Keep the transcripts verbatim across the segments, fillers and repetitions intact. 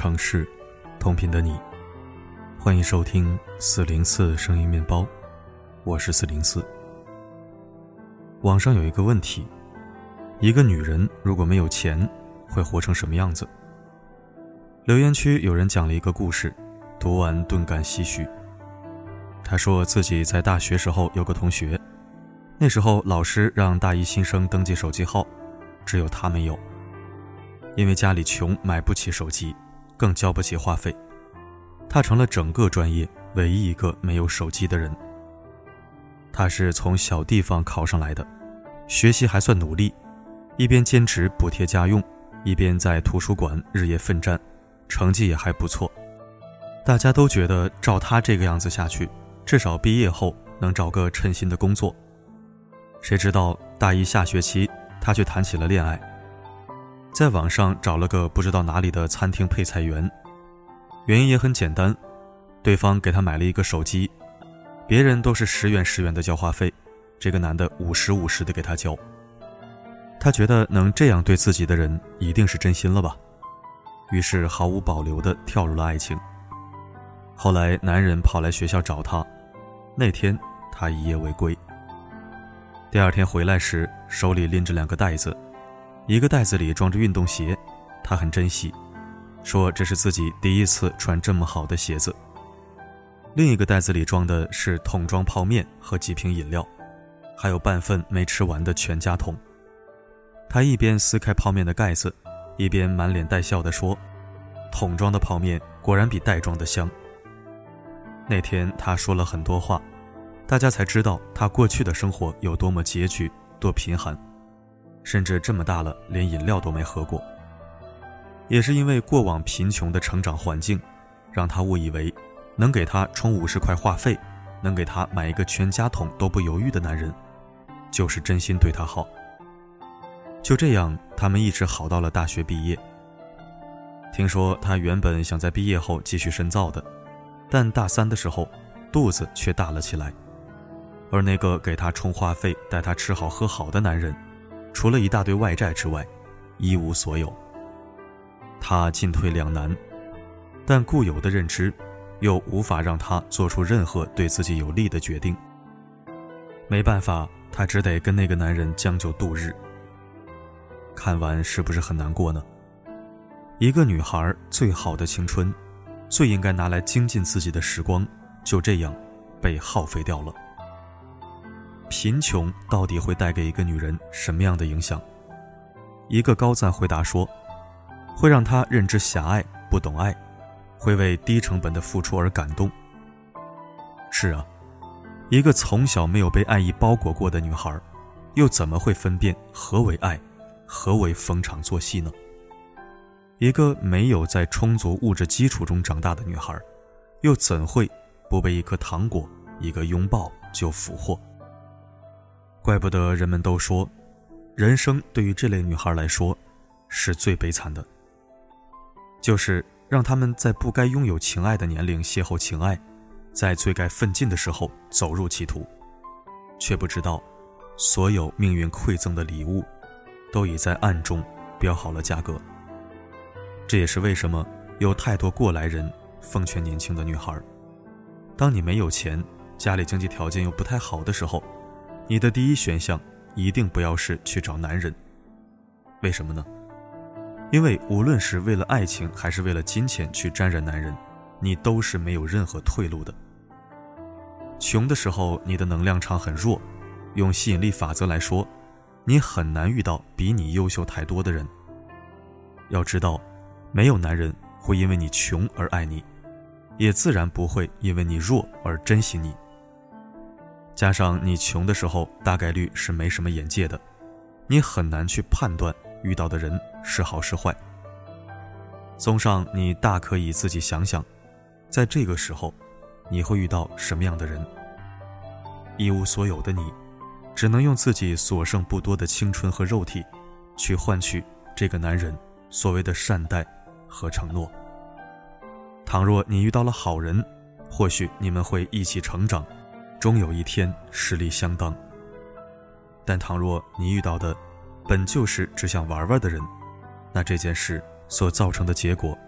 城市，同频的你，欢迎收听四零四声音面包，我是四零四。网上有一个问题，一个女人如果没有钱，会活成什么样子？留言区有人讲了一个故事，读完顿感唏嘘。他说自己在大学时候有个同学，那时候老师让大一新生登记手机号，只有他没有。因为家里穷，买不起手机，更交不起话费，他成了整个专业唯一一个没有手机的人。他是从小地方考上来的，学习还算努力，一边兼职补贴家用，一边在图书馆日夜奋战，成绩也还不错。大家都觉得照他这个样子下去，至少毕业后能找个称心的工作。谁知道大一下学期，他却谈起了恋爱，在网上找了个不知道哪里的餐厅配菜员，原因也很简单，对方给他买了一个手机，别人都是十元十元的交话费，这个男的五十五十的给他交。他觉得能这样对自己的人一定是真心了吧，于是毫无保留地跳入了爱情。后来男人跑来学校找他，那天他一夜未归。第二天回来时，手里拎着两个袋子，一个袋子里装着运动鞋，他很珍惜，说这是自己第一次穿这么好的鞋子。另一个袋子里装的是桶装泡面和几瓶饮料，还有半份没吃完的全家桶。他一边撕开泡面的盖子，一边满脸带笑地说，桶装的泡面果然比袋装的香。那天他说了很多话，大家才知道他过去的生活有多么拮据，多贫寒，甚至这么大了连饮料都没喝过。也是因为过往贫穷的成长环境，让他误以为能给他充五十块话费，能给他买一个全家桶都不犹豫的男人，就是真心对他好。就这样，他们一直好到了大学毕业。听说他原本想在毕业后继续深造的，但大三的时候肚子却大了起来，而那个给他充话费带他吃好喝好的男人，除了一大堆外债之外一无所有。他进退两难，但固有的认知又无法让他做出任何对自己有利的决定。没办法，他只得跟那个男人将就度日。看完是不是很难过呢？一个女孩最好的青春，最应该拿来精进自己的时光，就这样被耗费掉了。贫穷到底会带给一个女人什么样的影响？一个高赞回答说，会让她认知狭隘，不懂爱，会为低成本的付出而感动。是啊，一个从小没有被爱意包裹过的女孩，又怎么会分辨何为爱，何为逢场作戏呢？一个没有在充足物质基础中长大的女孩，又怎会不被一颗糖果，一个拥抱就俘获？怪不得人们都说，人生对于这类女孩来说是最悲惨的，就是让他们在不该拥有情爱的年龄邂逅情爱，在最该奋进的时候走入歧途，却不知道所有命运馈赠的礼物都已在暗中标好了价格。这也是为什么有太多过来人奉劝年轻的女孩，当你没有钱，家里经济条件又不太好的时候，你的第一选项一定不要是去找男人。为什么呢？因为无论是为了爱情还是为了金钱去沾染男人，你都是没有任何退路的。穷的时候你的能量场很弱，用吸引力法则来说，你很难遇到比你优秀太多的人。要知道，没有男人会因为你穷而爱你，也自然不会因为你弱而珍惜你。加上你穷的时候大概率是没什么眼界的，你很难去判断遇到的人是好是坏。综上，你大可以自己想想，在这个时候你会遇到什么样的人？一无所有的你，只能用自己所剩不多的青春和肉体去换取这个男人所谓的善待和承诺。倘若你遇到了好人，或许你们会一起成长，终有一天实力相当。但倘若你遇到的本就是只想玩玩的人，那这件事所造成的结果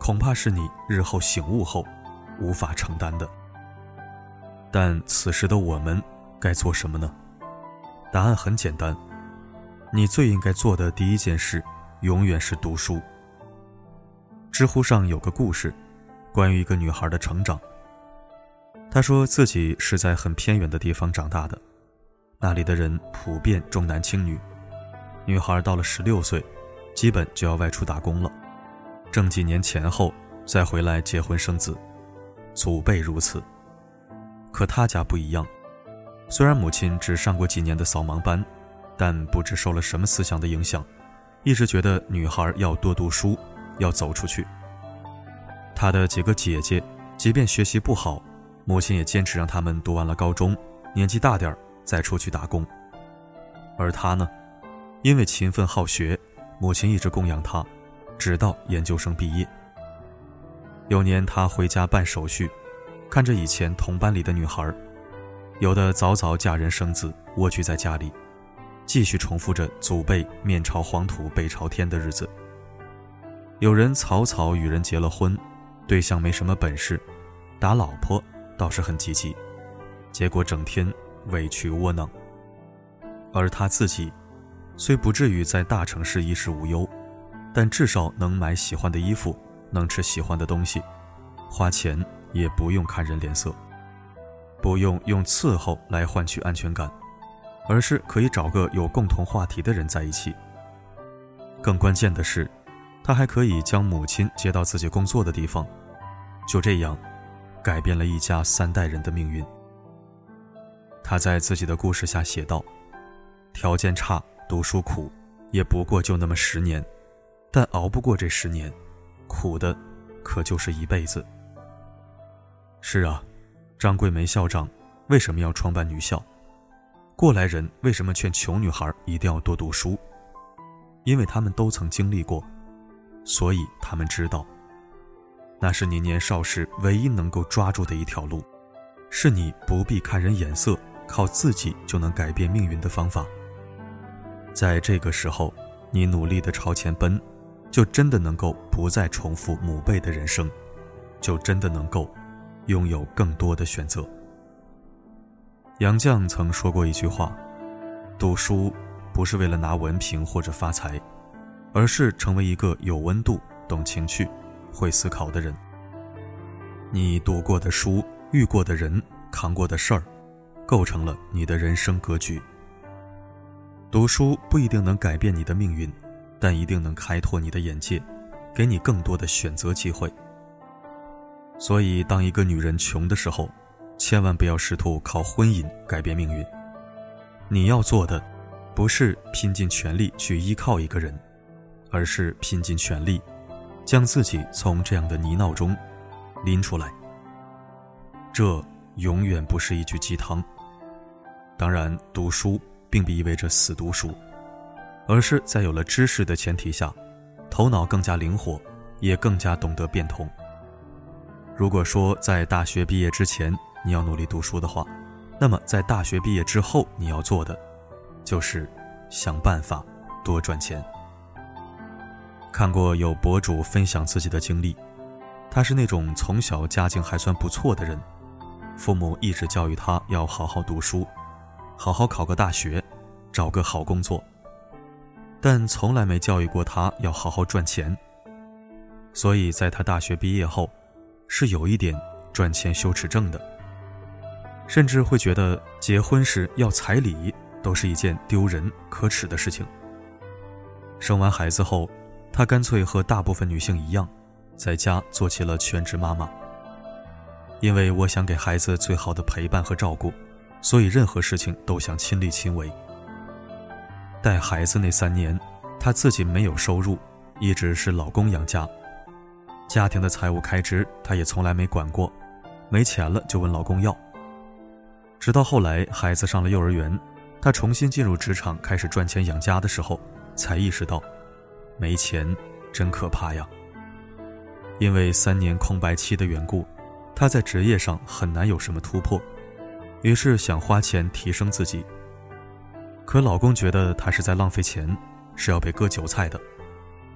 恐怕是你日后醒悟后无法承担的。但此时的我们该做什么呢？答案很简单，你最应该做的第一件事永远是读书。知乎上有个故事，关于一个女孩的成长。她说自己是在很偏远的地方长大的，那里的人普遍重男轻女，女孩到了十六岁基本就要外出打工了，挣几年钱后再回来结婚生子，祖辈如此。可她家不一样，虽然母亲只上过几年的扫盲班，但不知受了什么思想的影响，一直觉得女孩要多读书，要走出去。她的几个姐姐即便学习不好，母亲也坚持让他们读完了高中，年纪大点再出去打工。而她呢，因为勤奋好学，母亲一直供养她，直到研究生毕业。有年她回家办手续，看着以前同班里的女孩，有的早早嫁人生子，蜗居在家里，继续重复着祖辈面朝黄土背朝天的日子。有人草草与人结了婚，对象没什么本事，打老婆倒是很积极，结果整天委屈窝囊。而他自己虽不至于在大城市衣食无忧，但至少能买喜欢的衣服，能吃喜欢的东西，花钱也不用看人脸色，不用用伺候来换取安全感，而是可以找个有共同话题的人在一起。更关键的是，他还可以将母亲接到自己工作的地方，就这样改变了一家三代人的命运。他在自己的故事下写道，条件差，读书苦，也不过就那么十年，但熬不过这十年，苦的可就是一辈子。是啊，张桂梅校长为什么要创办女校？过来人为什么劝穷女孩一定要多读书？因为他们都曾经历过，所以他们知道，那是你年少时唯一能够抓住的一条路，是你不必看人眼色，靠自己就能改变命运的方法。在这个时候，你努力地朝前奔，就真的能够不再重复母辈的人生，就真的能够拥有更多的选择。杨绛曾说过一句话，读书不是为了拿文凭或者发财，而是成为一个有温度、懂情趣、会思考的人。你读过的书、遇过的人、扛过的事儿，构成了你的人生格局。读书不一定能改变你的命运，但一定能开拓你的眼界，给你更多的选择机会。所以当一个女人穷的时候，千万不要试图靠婚姻改变命运。你要做的不是拼尽全力去依靠一个人，而是拼尽全力将自己从这样的泥淖中拎出来。这永远不是一句鸡汤。当然，读书并不意味着死读书，而是在有了知识的前提下，头脑更加灵活，也更加懂得变通。如果说在大学毕业之前你要努力读书的话，那么在大学毕业之后你要做的就是想办法多赚钱。看过有博主分享自己的经历，他是那种从小家境还算不错的人，父母一直教育他要好好读书，好好考个大学，找个好工作，但从来没教育过他要好好赚钱。所以在他大学毕业后，是有一点赚钱羞耻症的，甚至会觉得结婚时要彩礼都是一件丢人可耻的事情。生完孩子后，她干脆和大部分女性一样，在家做起了全职妈妈。因为我想给孩子最好的陪伴和照顾，所以任何事情都想亲力亲为。带孩子那三年，她自己没有收入，一直是老公养家。家庭的财务开支她也从来没管过，没钱了就问老公要。直到后来孩子上了幼儿园，她重新进入职场开始赚钱养家的时候，才意识到没钱真可怕呀。因为三年空白期的缘故，她在职业上很难有什么突破，于是想花钱提升自己。可老公觉得她是在浪费钱，是要被割韭菜的。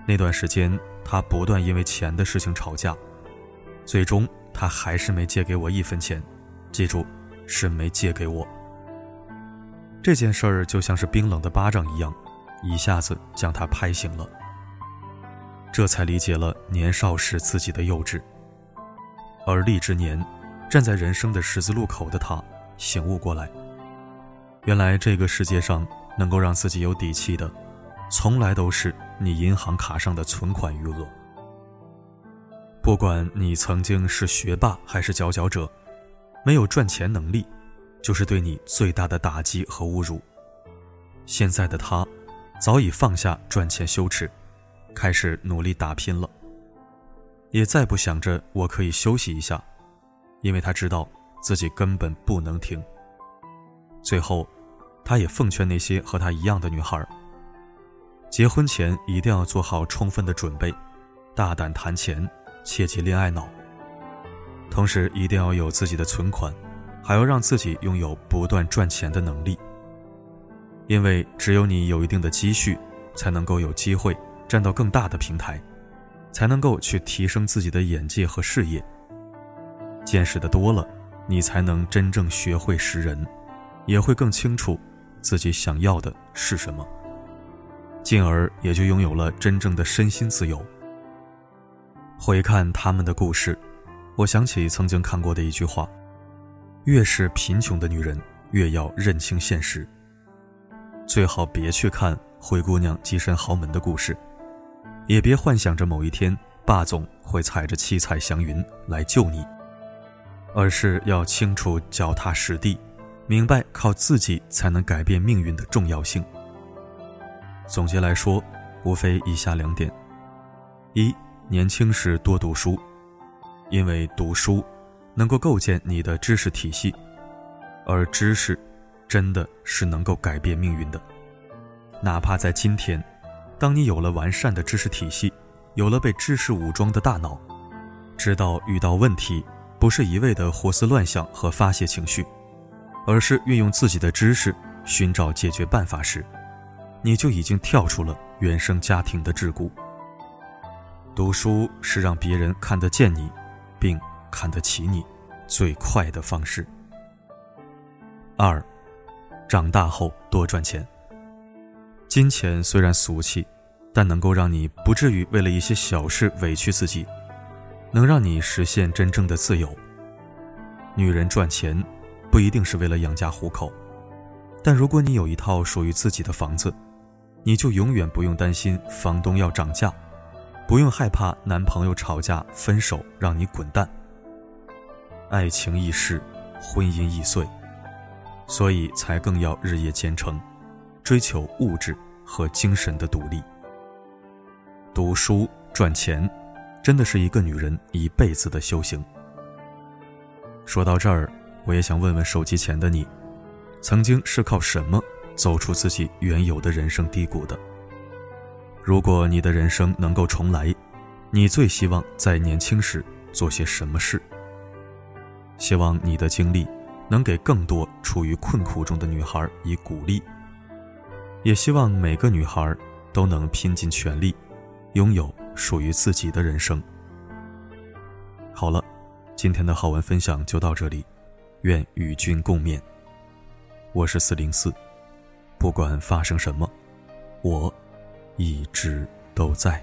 那段时间他不断因为钱的事情吵架，最终他还是没借给我一分钱，记住，是没借给我。这件事儿就像是冰冷的巴掌一样，一下子将他拍醒了。这才理解了年少时自己的幼稚。而立之年，站在人生的十字路口的他醒悟过来，原来这个世界上能够让自己有底气的，从来都是你银行卡上的存款余额。不管你曾经是学霸还是佼佼者，没有赚钱能力，就是对你最大的打击和侮辱。现在的他早已放下赚钱羞耻，开始努力打拼了，也再不想着我可以休息一下，因为他知道自己根本不能停。最后他也奉劝那些和他一样的女孩，结婚前一定要做好充分的准备，大胆谈钱，切忌恋爱脑，同时一定要有自己的存款，还要让自己拥有不断赚钱的能力。因为只有你有一定的积蓄，才能够有机会站到更大的平台，才能够去提升自己的眼界和视野。见识的多了，你才能真正学会识人，也会更清楚自己想要的是什么，进而也就拥有了真正的身心自由。回看他们的故事，我想起曾经看过的一句话，越是贫穷的女人，越要认清现实。最好别去看灰姑娘跻身豪门的故事，也别幻想着某一天霸总会踩着七彩祥云来救你，而是要清楚脚踏实地，明白靠自己才能改变命运的重要性。总结来说，无非以下两点：一，年轻时多读书，因为读书能够构建你的知识体系，而知识真的是能够改变命运的。哪怕在今天，当你有了完善的知识体系，有了被知识武装的大脑，知道遇到问题不是一味的胡思乱想和发泄情绪，而是运用自己的知识寻找解决办法时，你就已经跳出了原生家庭的桎梏。读书是让别人看得见你，并看得起你最快的方式。二，长大后多赚钱。金钱虽然俗气，但能够让你不至于为了一些小事委屈自己，能让你实现真正的自由。女人赚钱不一定是为了养家糊口，但如果你有一套属于自己的房子，你就永远不用担心房东要涨价，不用害怕男朋友吵架分手让你滚蛋。爱情易逝，婚姻易碎，所以才更要日夜兼程，追求物质和精神的独立。读书赚钱真的是一个女人一辈子的修行。说到这儿，我也想问问手机前的你，曾经是靠什么走出自己原有的人生低谷的？如果你的人生能够重来，你最希望在年轻时做些什么事？希望你的经历能给更多处于困苦中的女孩以鼓励，也希望每个女孩都能拼尽全力，拥有属于自己的人生。好了，今天的好文分享就到这里，愿与君共勉。我是四零四，不管发生什么，我一直都在。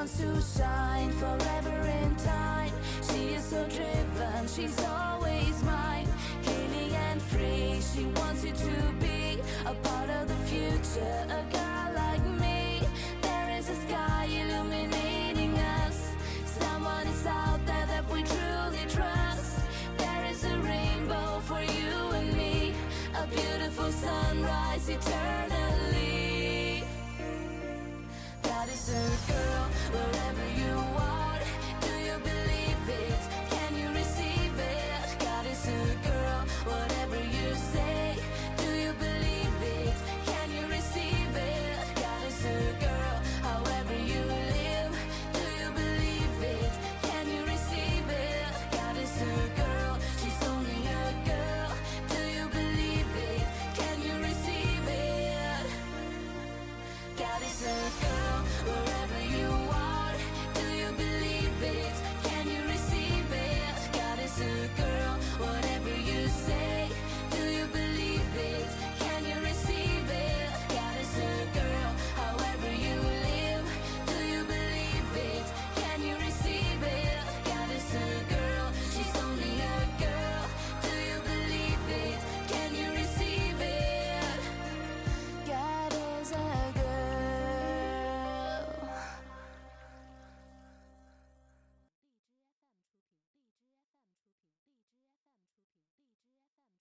wants to shine forever in time. She is so driven, she's always mine. Killing and free, she wants you to be a part of the future, a guide.